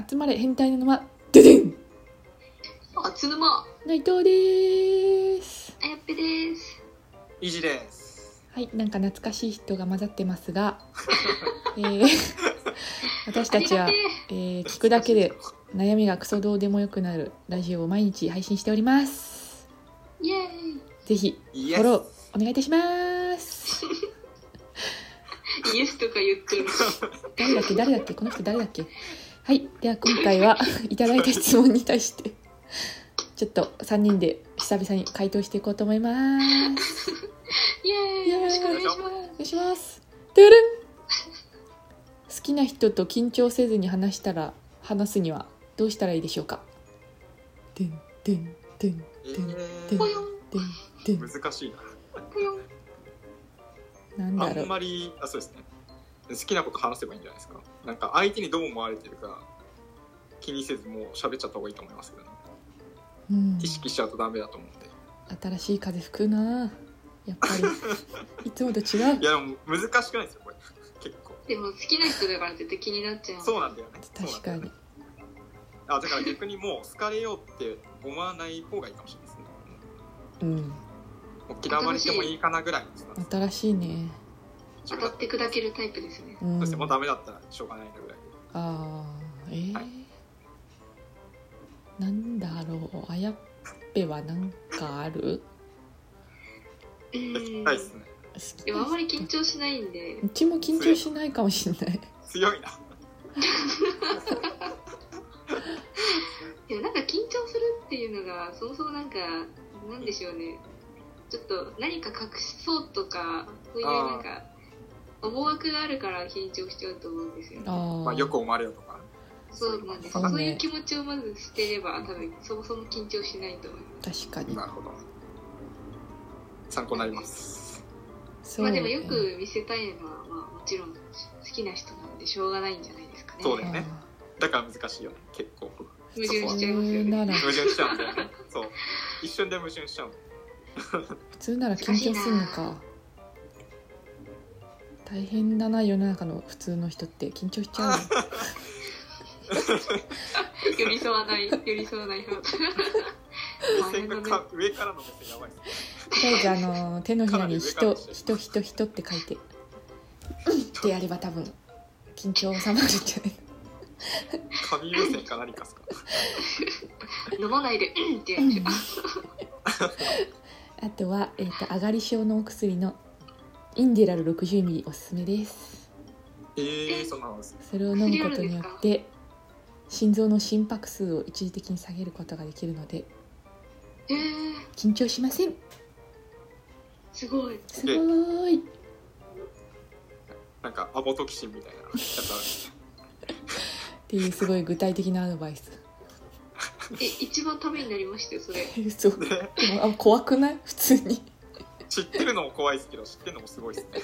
集まれ変態の沼ででんあつぬま内藤です。 あやっぺです。 いじです。 はい、なんか懐かしい人が混ざってますが、私たちは、聞くだけで悩みがクソどうでもよくなるラジオを毎日配信しております。 イエーイ。 ぜひフォローお願いいたします。 イエスとか言ってる。 誰だっけこの人誰だっけ。はい、では今回はいただいた質問に対してちょっと3人で久々に回答していこうと思います。 イエーイ、よろしくお願いします。 お願いします。てるん。好きな人と緊張せずに話すにはどうしたらいいでしょうか。てんてんてんてんてんてん。 難しいな。 なんだろう。 あんまりそうですね。好きなこと話せばいいんじゃないですか。なんか相手にどう思われてるか気にせずもう喋っちゃった方がいいと思いますけどね。意識しちゃうとダメだと思うんで。 新しい風吹くな。やっぱりいつもと違う。 いやでも難しくないですよこれ。結構。 でも好きな人だから絶対気になっちゃう。 そうなんだよね。 確かに。 だから逆にもう好かれようって思わない方がいいかもしれないですね。もう嫌われてもいいかなぐらいです。 新しいね。 当たって砕けるタイプですね。 そしてもうダメだったらしょうがないなぐらい。 はい、なんだろう。あやっぺはなんかある？ ないっすね。 でもあんまり緊張しないんで。 うちも緊張しないかもしれない。 強いな。 でもなんか緊張するっていうのがそもそもなんでしょうね。ちょっと何か隠そうとかそういうなんか思惑があるから緊張しちゃうと思うんですよね。 まあよく思われよとか。 そうなんです。そういう気持ちをまず捨てれば多分そもそも緊張しないと思います。 確かに。 なるほど。参考になります。 まあでもよく見せたいのはまあもちろん好きな人なんでしょうがないんじゃないですかね。 そうだよね。だから難しいよね結構。 矛盾しちゃいますよね。 矛盾しちゃうんだよね。そう。一瞬で矛盾しちゃう。 普通なら緊張するのか。大変だな世の中の普通の人って緊張しちゃうの。 寄り添わない方。 目線が上からの目線やばいですね。 とりあえず手のひらに人って書いてってやれば多分緊張収まるんじゃない。 神目線か何かすか。 飲まないでってやる。 あとは上がり症のお薬のインデラル 60ml おすすめです。 そうなんですね。 それを飲むことによって心臓の心拍数を一時的に下げることができるので緊張しません。 すごいなんかアボトキシンみたいなやつあるっていうすごい具体的なアドバイス。 一番ためになりましたよそれ。 そうでも怖くない？普通に知ってるのも怖いですけど知ってるのもすごいですね。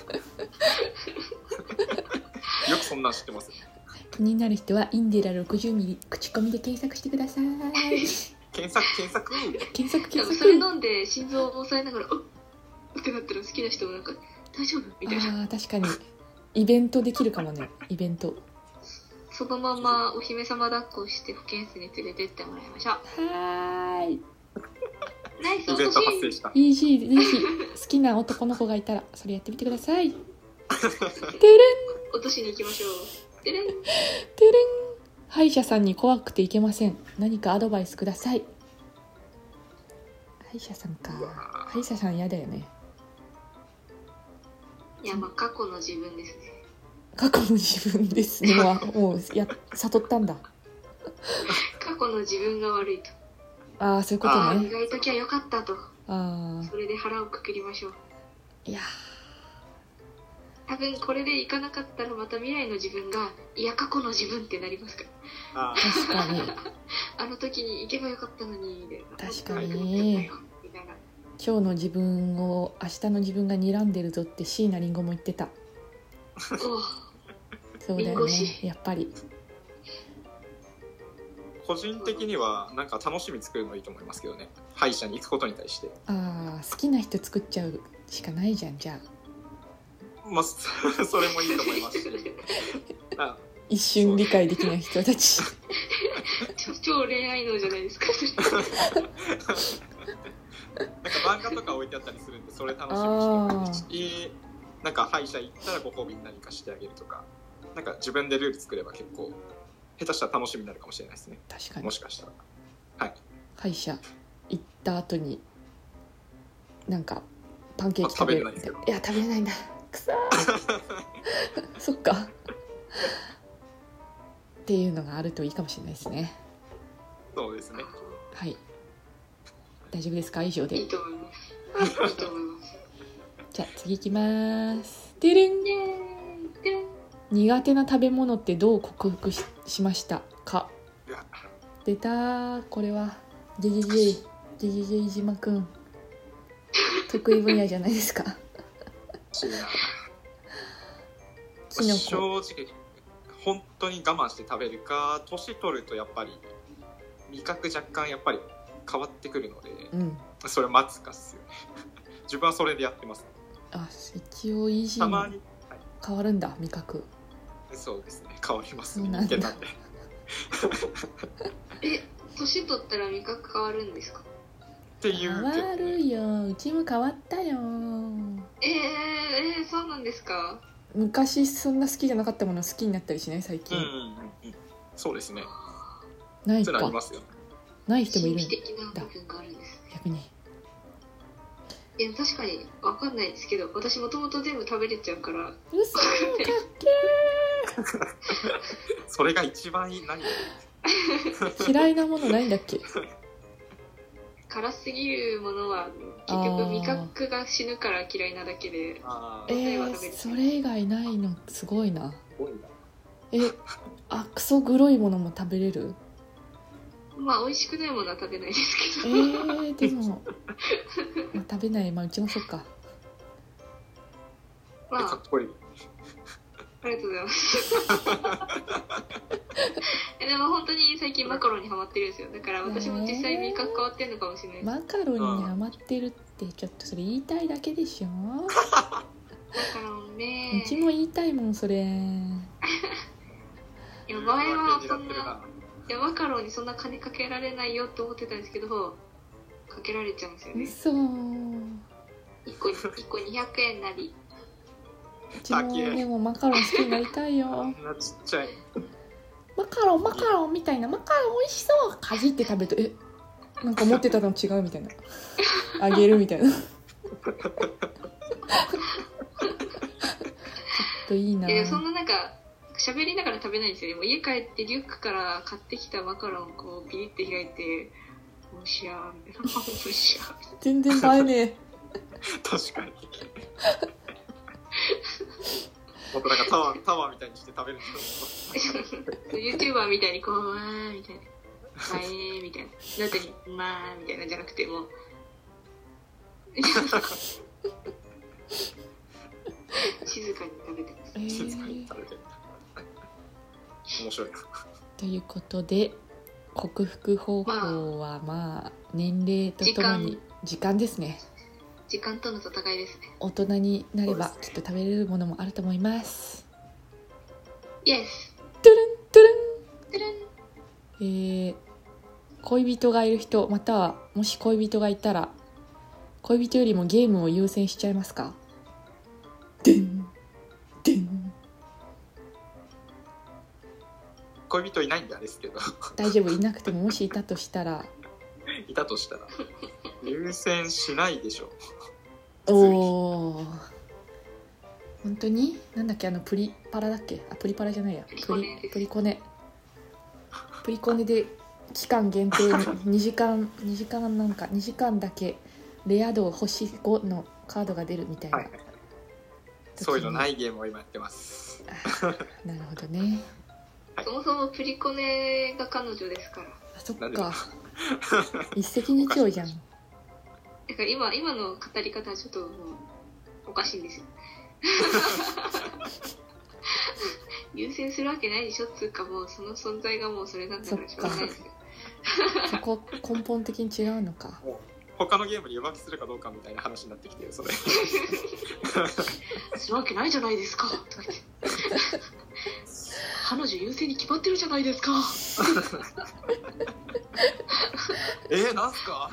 よくそんなん知ってますね。 気になる人はインデラ 60ml 口コミで検索してください。 検索それ飲んで心臓を押さえながらってなったら好きな人もなんか大丈夫みたいな。 確かにイベントできるかもね。イベントそのままお姫様抱っこして保健室に連れてってもらいましょう。 はーい。 ナイスイベント発生した。 ぜひ好きな男の子がいたらそれやってみてください。てれん。 落としに行きましょう。てれん。 歯医者さんに怖くていけません。何かアドバイスください。歯医者さんか。歯医者さん嫌だよね。 いやまあ過去の自分ですね。 過去の自分ですね。もう悟ったんだ。 過去の自分が悪いと。 そういうことね。 磨いときゃよかったと。それで腹をくくりましょう。 いや多分これでいかなかったらまた未来の自分がいや過去の自分ってなりますから。 確かに。 あの時に行けばよかったのに。 確かに。今日の自分を明日の自分が睨んでるぞって椎名林檎も言ってた。そうだよね。やっぱり個人的にはなんか楽しみ作るのいいと思いますけどね。歯医者に行くことに対して。 好きな人作っちゃうしかないじゃん。じゃあまあそれもいいと思いますし。 一瞬理解できない人たち。 超恋愛脳じゃないですか。 なんか漫画とか置いてあったりするんで、それ楽しみにしてるし、なんか歯医者行ったらご褒美に何かしてあげるとか、なんか自分でルール作れば結構下手したら楽しみになるかもしれないですね。 確かに。 もしかしたら。はい。 歯医者行った後になんかパンケーキ食べる。 食べれないんですけど。 いや食べれないんだ。くそー。そっか。っていうのがあるといいかもしれないですね。 そうですね。 はい。大丈夫ですか？以上で。 いいと思います。いいと思います。 じゃあ次行きます。てるん。 イエーイ。てるん。 苦手な食べ物ってどう克服 しましたか？ いや出たー。これはゲゲゲイ飯島くん得意分野じゃないですか。 正直本当に我慢して食べるか、年取るとやっぱり味覚若干やっぱり変わってくるので、それ待つかっすよね。自分はそれでやってます。 あ、一応イージーも変わるんだ、味覚。 そうですね、変わりますね。 そうなんだ。 年取ったら味覚変わるんですか？ っていう変わるよ、うちも変わったよ。 そうなんですか？ 昔そんな好きじゃなかったもの好きになったりしない？最近。 そうですね。 ないか。ない人もいるんだ。 神秘的な部分があるんです。 逆に。 いや確かに分かんないですけど、私もともと全部食べれちゃうから。 嘘かっけー。 それが一番いい。何嫌いなものないんだっけ？ 辛すぎるものは結局味覚が死ぬから嫌いなだけで。 それ以外ないのすごいな。クソグロいものも食べれる？ まあ美味しくないものは食べないですけど。 でも食べない。まあうちもそっか。 かっこいい。 ありがとうございます。でも本当に最近マカロンにハマってるんですよ。だから私も実際味覚変わってるのかもしれない。 マカロンにハマってるってちょっとそれ言いたいだけでしょ。マカロンね。 うちも言いたいもんそれ。 いや前はそんな、いやマカロンにそんな金かけられないよって思ってたんですけど、かけられちゃうんですよね。 嘘。 1個200円なり。 うちもでもマカロン好きになりたいよ。 あんなちっちゃいマカロンみたいな、マカロン美味しそう。かじって食べるとなんか思ってたの違うみたいな。あげるみたいな。ちょっといいな。 そんななんか喋りながら食べないんですよね。もう家帰ってリュックから買ってきたマカロンをこうピリって開いて、おしゃーみたいな。おしゃー。 全然映えねえ。 確かに。もっとなんかタワーみたいにして食べるんですよ。YouTuber みたいにこうわーみたいな、みたいな、の後にまあみたいなじゃなくても静かに食べてます。 静かに食べてる。面白いな。 ということで克服方法はまあ年齢とともに時間ですね。 時間との戦いですね。 大人になればきっと食べれるものもあると思います。 イエス。 トゥルントゥルントゥルン。恋人がいる人、またはもし恋人がいたら恋人よりもゲームを優先しちゃいますか？でんでん。 恋人いないんであれですけど。 大丈夫。いなくてももしいたとしたら優先しないでしょ。 おー、本当になんだっけ、プリパラだっけ？プリパラじゃないや、プリコネで期間限定2時間なんか2時間だけレア度星5のカードが出るみたいな、 そういうのないゲームを今やってます。 なるほどね。 そもそもプリコネが彼女ですから。 そっか。一石二鳥じゃん。 だから今の語り方はちょっともうおかしいんですよ。優先するわけないでしょっつうか、もうその存在がもうそれなんだからしょうがないですよ。 そこ根本的に違うのか。 他のゲームに浮気するかどうかみたいな話になってきてる。それするわけないじゃないですか。 彼女優先に決まってるじゃないですか。 なんすか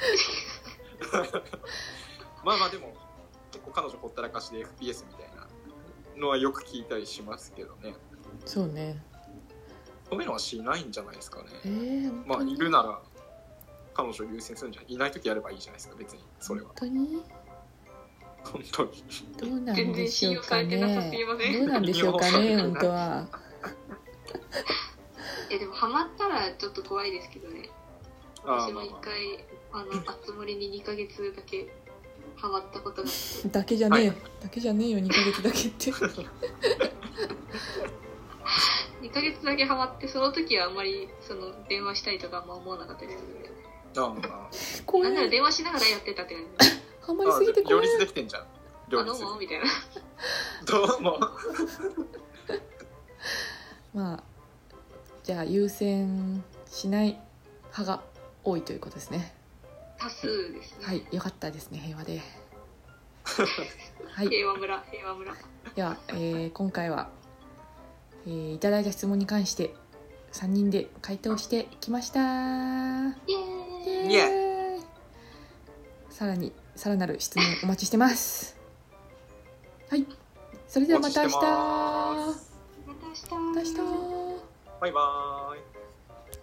まあでも結構彼女ほったらかしで FPS みたいなのはよく聞いたりしますけどね。 そうね。 そういうのはしないんじゃないですかね。 まあいるなら彼女優先するんじゃない。いない時やればいいじゃないですか、別にそれは。本当にどうなんでしょうかね。どうなんでしょうかね本当は。 でもハマったらちょっと怖いですけどね。私も一回あつ森に2ヶ月だけハマったことがだけじゃねえよ、だけじゃねえよ2ヶ月だけって 2ヶ月だけハマって、その時はあんまり電話したりとかあんま思わなかったですけどね。なんなら電話しながらやってたって感じ。 ハマりすぎて怖い。 両立できてんじゃん。 どうもみたいな。 どうもまあじゃあ優先しない派が多いということですね。 多数ですね。 はい、よかったですね、平和ではい、 平和村。 では、今回は、いただいた質問に関して3人で回答してきました。イエーイ。さらなる質問お待ちしてますはい、それではまた明日。 バイバーイ。